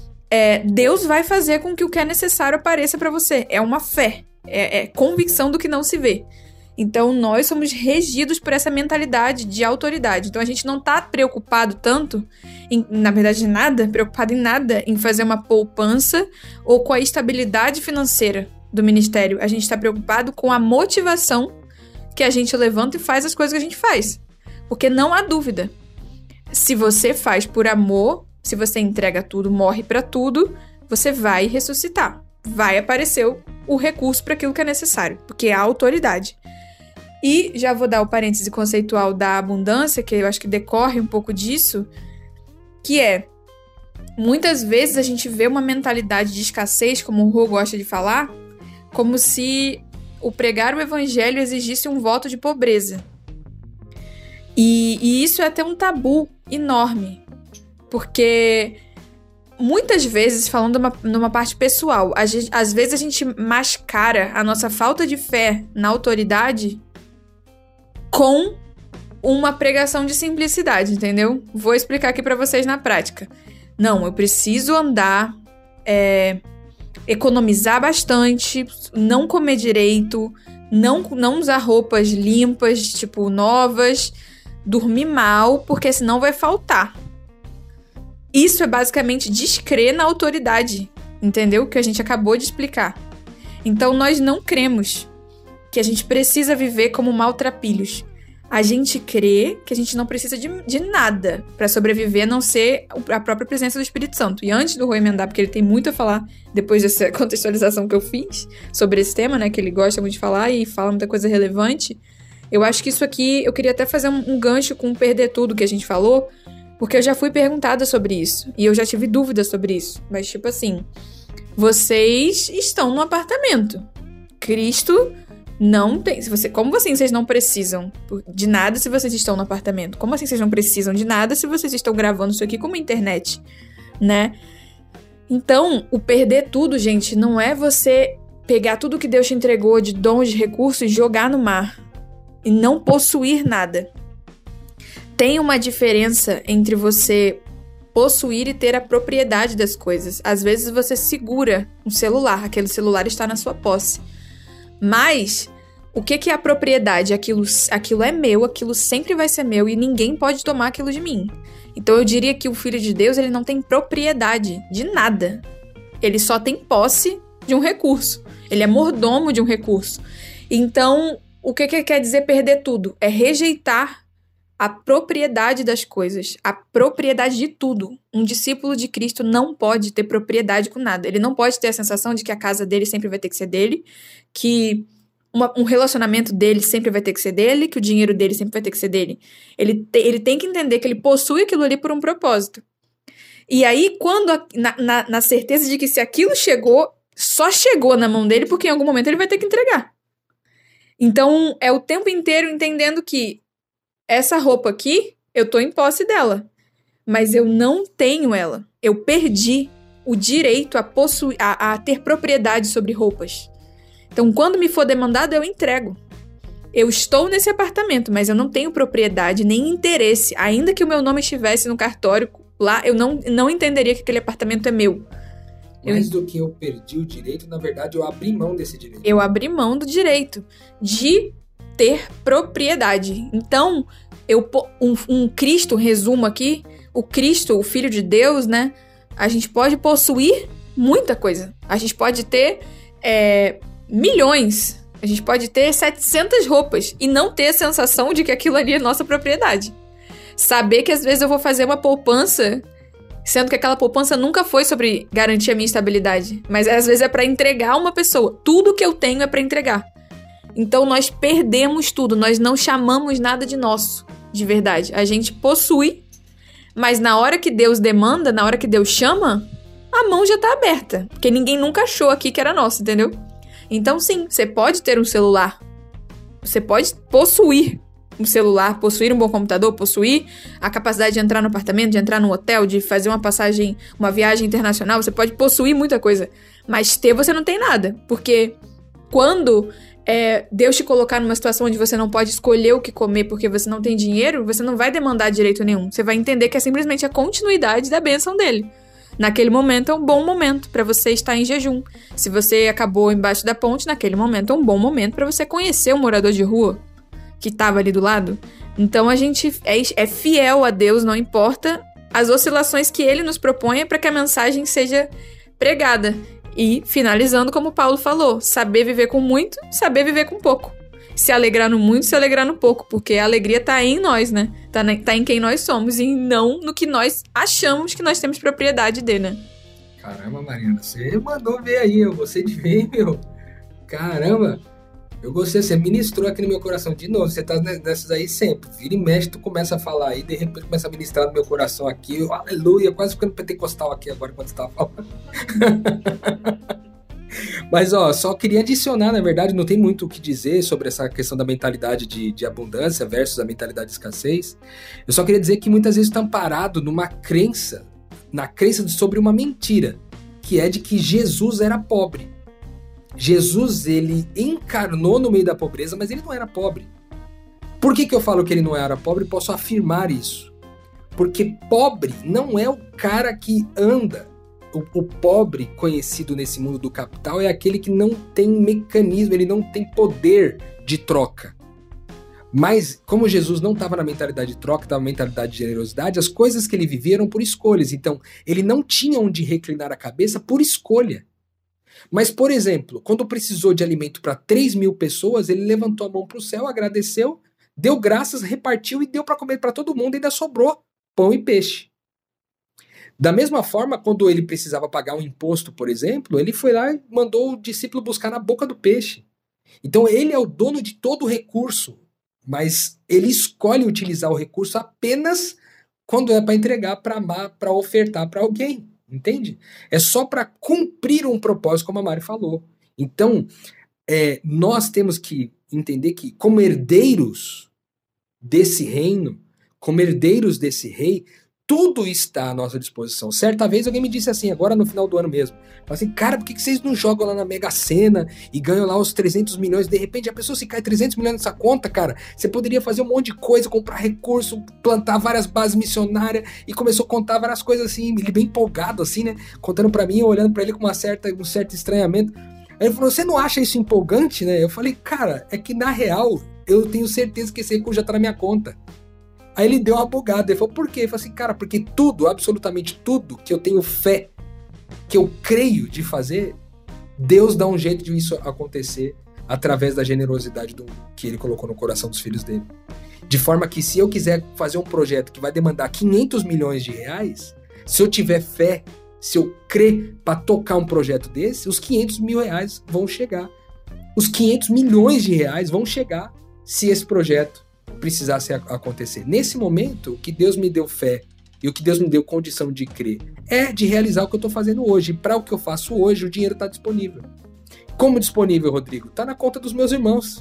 Deus vai fazer com que o que é necessário apareça para você. É uma fé, é convicção do que não se vê. Então, nós somos regidos por essa mentalidade de autoridade. Então, a gente não está preocupado tanto, na verdade, preocupado em nada, em fazer uma poupança ou com a estabilidade financeira do ministério. A gente está preocupado com a motivação que a gente levanta e faz as coisas que a gente faz. Porque não há dúvida. Se você faz por amor, se você entrega tudo, morre para tudo, você vai ressuscitar. Vai aparecer o recurso para aquilo que é necessário, porque é a autoridade. E já vou dar o parêntese conceitual da abundância, que eu acho que decorre um pouco disso, que é, muitas vezes a gente vê uma mentalidade de escassez, como o Rô gosta de falar, como se o pregar o evangelho exigisse um voto de pobreza. E isso é até um tabu enorme, porque muitas vezes, falando numa parte pessoal, às vezes a gente mascara a nossa falta de fé na autoridade com uma pregação de simplicidade, entendeu? Vou explicar aqui pra vocês na prática. Não, eu preciso andar, economizar bastante, não comer direito, não usar roupas limpas, tipo, novas, dormir mal, porque senão vai faltar. Isso é basicamente descrer na autoridade, entendeu? Que a gente acabou de explicar. Então, nós não cremos que a gente precisa viver como maltrapilhos. A gente crê que a gente não precisa de nada para sobreviver, a não ser a própria presença do Espírito Santo. E antes do Rô emendar, porque ele tem muito a falar depois dessa contextualização que eu fiz sobre esse tema, né, que ele gosta muito de falar e fala muita coisa relevante, eu acho que isso aqui, eu queria até fazer um gancho com perder tudo que a gente falou, porque eu já fui perguntada sobre isso, e eu já tive dúvidas sobre isso. Mas tipo assim, vocês estão no apartamento. Cristo não tem... Como assim vocês não precisam de nada se vocês estão no apartamento? Como assim vocês não precisam de nada se vocês estão gravando isso aqui com uma internet, né? Então, o perder tudo, gente, não é você pegar tudo que Deus te entregou de dons, de recursos e jogar no mar. E não possuir nada. Tem uma diferença entre você possuir e ter a propriedade das coisas. Às vezes você segura um celular, aquele celular está na sua posse. Mas, o que é a propriedade? Aquilo é meu, aquilo sempre vai ser meu e ninguém pode tomar aquilo de mim. Então eu diria que o Filho de Deus, ele não tem propriedade de nada. Ele só tem posse de um recurso. Ele é mordomo de um recurso. Então, o que quer dizer perder tudo? É rejeitar a propriedade das coisas, a propriedade de tudo. Um discípulo de Cristo não pode ter propriedade com nada. Ele não pode ter a sensação de que a casa dele sempre vai ter que ser dele, que um relacionamento dele sempre vai ter que ser dele, que o dinheiro dele sempre vai ter que ser dele. Ele tem que entender que ele possui aquilo ali por um propósito. E aí, quando na certeza de que se aquilo chegou, só chegou na mão dele porque em algum momento ele vai ter que entregar. Então, é o tempo inteiro entendendo que essa roupa aqui, eu tô em posse dela, mas eu não tenho ela. Eu perdi o direito a possuir, a ter propriedade sobre roupas. Então, quando me for demandado, eu entrego. Eu estou nesse apartamento, mas eu não tenho propriedade nem interesse. Ainda que o meu nome estivesse no cartório lá, eu não entenderia que aquele apartamento é meu. Mais do que eu perdi o direito, na verdade, eu abri mão desse direito. Eu abri mão do direito de ter propriedade. Então, um Cristo, resumo aqui, o Cristo, o Filho de Deus, né? A gente pode possuir muita coisa. A gente pode ter milhões. A gente pode ter 700 roupas e não ter a sensação de que aquilo ali é nossa propriedade. Saber que às vezes eu vou fazer uma poupança, sendo que aquela poupança nunca foi sobre garantir a minha estabilidade, mas às vezes é para entregar uma pessoa. Tudo que eu tenho é para entregar. Então nós perdemos tudo, nós não chamamos nada de nosso, de verdade. A gente possui, mas na hora que Deus demanda, na hora que Deus chama, a mão já tá aberta, porque ninguém nunca achou aqui que era nosso, entendeu? Então sim, você pode ter um celular, você pode possuir um celular, possuir um bom computador, possuir a capacidade de entrar no apartamento, de entrar no hotel, de fazer uma viagem internacional, você pode possuir muita coisa, mas ter você não tem nada, porque quando Deus te colocar numa situação onde você não pode escolher o que comer porque você não tem dinheiro, você não vai demandar direito nenhum. Você vai entender que é simplesmente a continuidade da bênção dele. Naquele momento é um bom momento para você estar em jejum. Se você acabou embaixo da ponte, naquele momento é um bom momento para você conhecer o morador de rua que estava ali do lado. Então a gente é fiel a Deus, não importa as oscilações que ele nos propõe para que a mensagem seja pregada. E, finalizando, como Paulo falou, saber viver com muito, saber viver com pouco. Se alegrar no muito, se alegrar no pouco, porque a alegria tá em nós, né? Tá em quem nós somos e não no que nós achamos que nós temos propriedade de, né? Caramba, Mariana, você mandou ver aí, eu gostei de ver, meu. Caramba! Eu gostei, você ministrou aqui no meu coração de novo. Você tá nessas aí sempre. Vira e mexe, tu começa a falar aí, de repente começa a ministrar no meu coração aqui. Eu, aleluia, quase ficando pentecostal aqui agora quando você tava falando. Mas, ó, só queria adicionar, na verdade, não tem muito o que dizer sobre essa questão da mentalidade de abundância versus a mentalidade de escassez. Eu só queria dizer que muitas vezes está amparado numa crença, na crença sobre uma mentira, que é de que Jesus era pobre. Jesus, ele encarnou no meio da pobreza, mas ele não era pobre. Por que eu falo que ele não era pobre? Posso afirmar isso. Porque pobre não é o cara que anda. O pobre conhecido nesse mundo do capital é aquele que não tem mecanismo, ele não tem poder de troca. Mas, como Jesus não estava na mentalidade de troca, estava na mentalidade de generosidade, as coisas que ele vivia eram por escolhas. Então, ele não tinha onde reclinar a cabeça por escolha. Mas, por exemplo, quando precisou de alimento para 3.000 pessoas, ele levantou a mão para o céu, agradeceu, deu graças, repartiu e deu para comer para todo mundo, e ainda sobrou pão e peixe. Da mesma forma, quando ele precisava pagar um imposto, por exemplo, ele foi lá e mandou o discípulo buscar na boca do peixe. Então, ele é o dono de todo o recurso, mas ele escolhe utilizar o recurso apenas quando é para entregar, para amar, para ofertar para alguém. Entende? É só para cumprir um propósito, como a Mari falou. Então, nós temos que entender que, como herdeiros desse reino, como herdeiros desse rei, tudo está à nossa disposição. Certa vez alguém me disse assim, agora no final do ano mesmo, falou assim, cara, por que vocês não jogam lá na Mega Sena e ganham lá os 300 milhões? De repente, a pessoa, se cai 300 milhões nessa conta, cara, você poderia fazer um monte de coisa, comprar recurso, plantar várias bases missionárias, e começou a contar várias coisas assim, ele bem empolgado assim, né, contando pra mim, eu olhando pra ele com um certo estranhamento. Aí ele falou, você não acha isso empolgante, né? Eu falei, cara, é que na real, eu tenho certeza que esse recurso já tá na minha conta. Aí ele deu uma bugada, ele falou, por quê? Eu falei assim, cara, porque tudo, absolutamente tudo que eu tenho fé, que eu creio de fazer, Deus dá um jeito de isso acontecer através da generosidade que ele colocou no coração dos filhos dele. De forma que se eu quiser fazer um projeto que vai demandar 500 milhões de reais, se eu tiver fé, se eu crer para tocar um projeto desse, os 500 mil reais vão chegar. Os 500 milhões de reais vão chegar se esse projeto precisasse acontecer. Nesse momento, o que Deus me deu fé e o que Deus me deu condição de crer é de realizar o que eu estou fazendo hoje. E para o que eu faço hoje, o dinheiro está disponível. Como disponível, Rodrigo? Está na conta dos meus irmãos.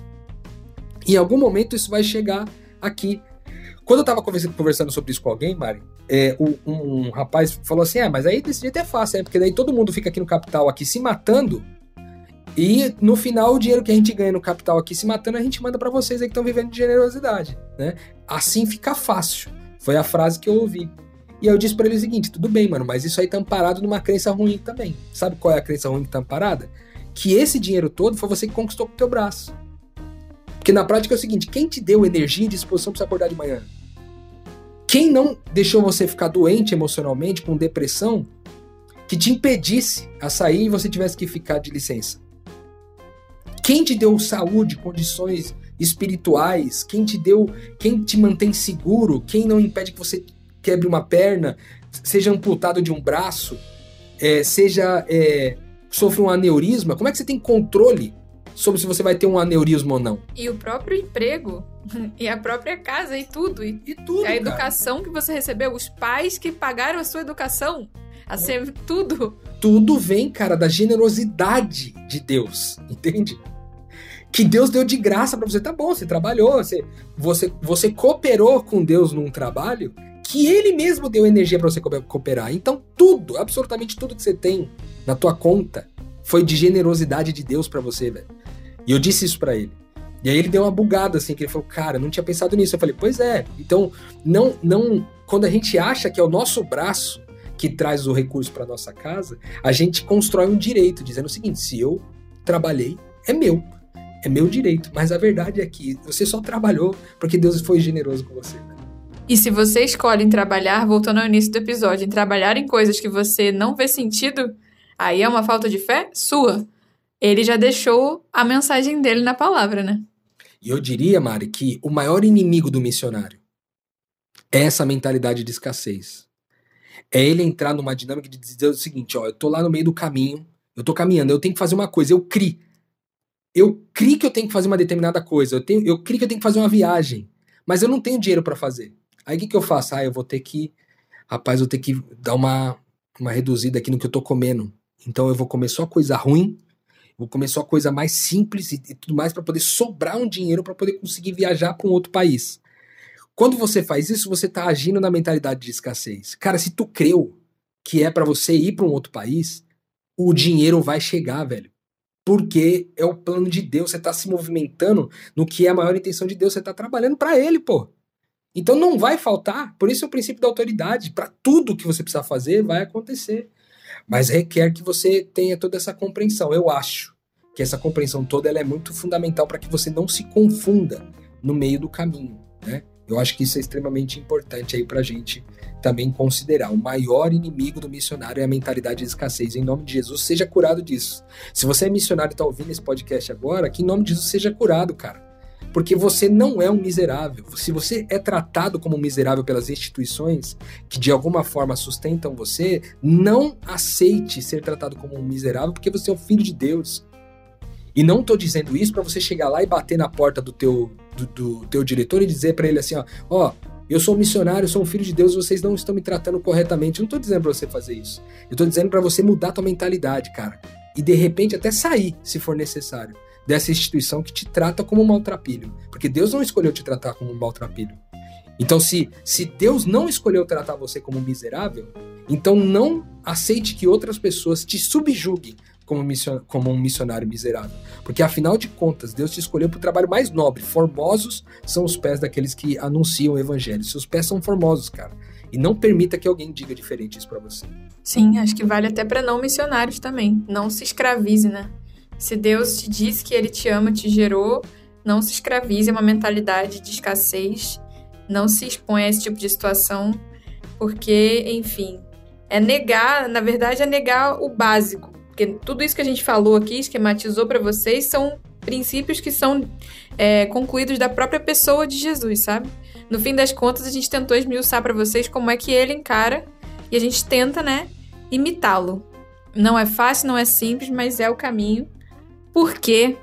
Em algum momento isso vai chegar aqui. Quando eu estava conversando sobre isso com alguém, Mari, um rapaz falou assim, mas aí desse jeito é fácil, porque daí todo mundo fica aqui no capital aqui se matando, e no final o dinheiro que a gente ganha no capital aqui se matando, a gente manda para vocês aí que estão vivendo de generosidade, né? Assim fica fácil. Foi a frase que eu ouvi. E eu disse para ele o seguinte, tudo bem, mano, mas isso aí tá amparado numa crença ruim também. Sabe qual é a crença ruim que tá amparada? Que esse dinheiro todo foi você que conquistou com o teu braço. Porque na prática é o seguinte, quem te deu energia e disposição para você acordar de manhã? Quem não deixou você ficar doente emocionalmente, com depressão, que te impedisse a sair e você tivesse que ficar de licença? Quem te deu saúde, condições espirituais? Quem te mantém seguro? Quem não impede que você quebre uma perna, seja amputado de um braço, sofra um aneurisma? Como é que você tem controle sobre se você vai ter um aneurisma ou não? E o próprio emprego, e a própria casa, e tudo. E tudo, a educação que você recebeu, os pais que pagaram a sua educação, tudo. Tudo vem, cara, da generosidade de Deus, entende? Que Deus deu de graça pra você. Tá bom, você trabalhou, você cooperou com Deus num trabalho que Ele mesmo deu energia pra você cooperar. Então tudo, absolutamente tudo que você tem na tua conta foi de generosidade de Deus pra você, velho. E eu disse isso pra ele. E aí ele deu uma bugada, assim, que ele falou, cara, não tinha pensado nisso. Eu falei, pois é. Então, não, quando a gente acha que é o nosso braço que traz o recurso pra nossa casa, a gente constrói um direito, dizendo o seguinte, se eu trabalhei, é meu direito. Mas a verdade é que você só trabalhou porque Deus foi generoso com você, né? E se você escolhe em trabalhar, voltando ao início do episódio, em trabalhar em coisas que você não vê sentido, aí é uma falta de fé sua. Ele já deixou a mensagem dele na palavra, né? E eu diria, Mari, que o maior inimigo do missionário é essa mentalidade de escassez. É ele entrar numa dinâmica de dizer o seguinte, eu tô lá no meio do caminho, eu tô caminhando, eu tenho que fazer uma coisa, eu criei. eu criei que eu tenho que fazer uma determinada coisa, eu criei que eu tenho que fazer uma viagem, mas eu não tenho dinheiro para fazer. Aí o que eu faço? Eu vou ter que dar uma reduzida aqui no que eu tô comendo. Então eu vou comer só coisa ruim, vou comer só coisa mais simples e tudo mais para poder sobrar um dinheiro para poder conseguir viajar para um outro país. Quando você faz isso, você tá agindo na mentalidade de escassez. Cara, se tu creu que é para você ir para um outro país, o dinheiro vai chegar, velho. Porque é o plano de Deus, você tá se movimentando no que é a maior intenção de Deus, você tá trabalhando para ele, pô. Então não vai faltar, por isso é o princípio da autoridade. Para tudo que você precisar fazer, vai acontecer. Mas requer que você tenha toda essa compreensão. Eu acho que essa compreensão toda ela é muito fundamental para que você não se confunda no meio do caminho, né? Eu acho que isso é extremamente importante aí pra gente também considerar. O maior inimigo do missionário é a mentalidade de escassez. Em nome de Jesus, seja curado disso. Se você é missionário e tá ouvindo esse podcast agora, que em nome de Jesus seja curado, cara. Porque você não é um miserável. Se você é tratado como um miserável pelas instituições que de alguma forma sustentam você, não aceite ser tratado como um miserável porque você é o filho de Deus. E não tô dizendo isso para você chegar lá e bater na porta do teu diretor e dizer para ele assim, ó, eu sou um missionário, eu sou um filho de Deus, vocês não estão me tratando corretamente. Eu não tô dizendo para você fazer isso. Eu tô dizendo para você mudar tua mentalidade, cara. E de repente até sair, se for necessário, dessa instituição que te trata como um maltrapilho. Porque Deus não escolheu te tratar como um maltrapilho. Então se Deus não escolheu tratar você como um miserável, então não aceite que outras pessoas te subjuguem como um missionário miserável. Porque afinal de contas, Deus te escolheu para o trabalho mais nobre. Formosos são os pés daqueles que anunciam o evangelho. Seus pés são formosos, cara. E não permita que alguém diga diferente isso para você. Sim, acho que vale até para não missionários também. Não se escravize, né? Se Deus te disse que Ele te ama, te gerou, não se escravize, é uma mentalidade de escassez. Não se exponha a esse tipo de situação, porque, enfim, na verdade é negar o básico. Porque tudo isso que a gente falou aqui, esquematizou para vocês, são princípios que são concluídos da própria pessoa de Jesus, sabe? No fim das contas, a gente tentou esmiuçar para vocês como é que ele encara e a gente tenta, né, imitá-lo. Não é fácil, não é simples, mas é o caminho. Porque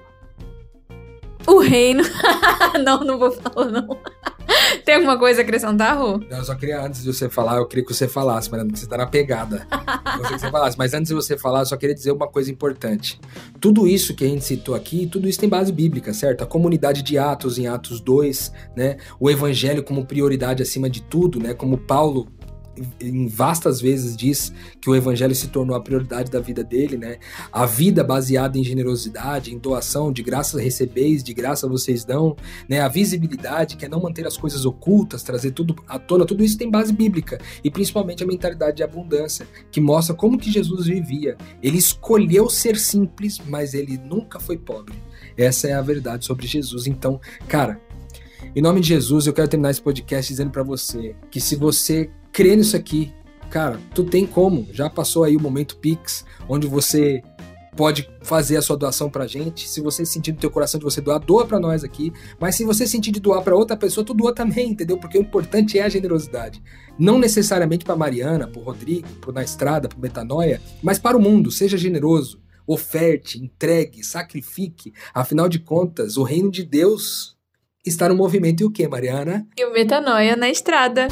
o reino... não vou falar, não. Tem alguma coisa a acrescentar, Rô? Não, eu só queria, antes de você falar, eu queria que você falasse, Mariana, porque você tá na pegada. Eu queria que você falasse, mas antes de você falar, eu só queria dizer uma coisa importante. Tudo isso que a gente citou aqui, tudo isso tem base bíblica, certo? A comunidade de Atos, em Atos 2, né? O evangelho como prioridade acima de tudo, né? Como Paulo em vastas vezes diz que o evangelho se tornou a prioridade da vida dele, né? A vida baseada em generosidade, em doação, de graça recebeis, de graça vocês dão, né? A visibilidade, que é não manter as coisas ocultas, trazer tudo à tona, tudo isso tem base bíblica, e principalmente a mentalidade de abundância, que mostra como que Jesus vivia. Ele escolheu ser simples, mas ele nunca foi pobre. Essa é a verdade sobre Jesus. Então, cara, em nome de Jesus, eu quero terminar esse podcast dizendo pra você que se você crê nisso aqui, cara, tu tem como. Já passou aí o momento Pix, onde você pode fazer a sua doação pra gente. Se você sentir no teu coração de você doar, doa pra nós aqui. Mas se você sentir de doar pra outra pessoa, tu doa também, entendeu? Porque o importante é a generosidade. Não necessariamente pra Mariana, pro Rodrigo, pro Na Estrada, pro Metanoia, mas para o mundo. Seja generoso, oferte, entregue, sacrifique. Afinal de contas, o reino de Deus está no movimento e o quê, Mariana? E o Metanoia na Estrada.